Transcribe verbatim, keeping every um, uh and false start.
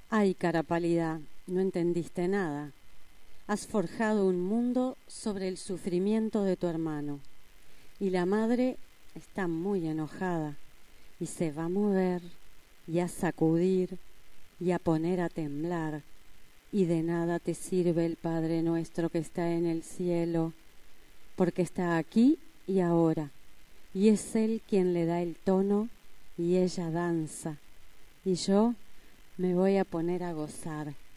Ay, cara pálida, no entendiste nada. Has forjado un mundo sobre el sufrimiento de tu hermano. Y la madre está muy enojada y se va a mover y a sacudir y a poner a temblar. Y de nada te sirve el Padre nuestro que está en el cielo, porque está aquí y ahora. Y es Él quien le da el tono y ella danza. Y yo me voy a poner a gozar.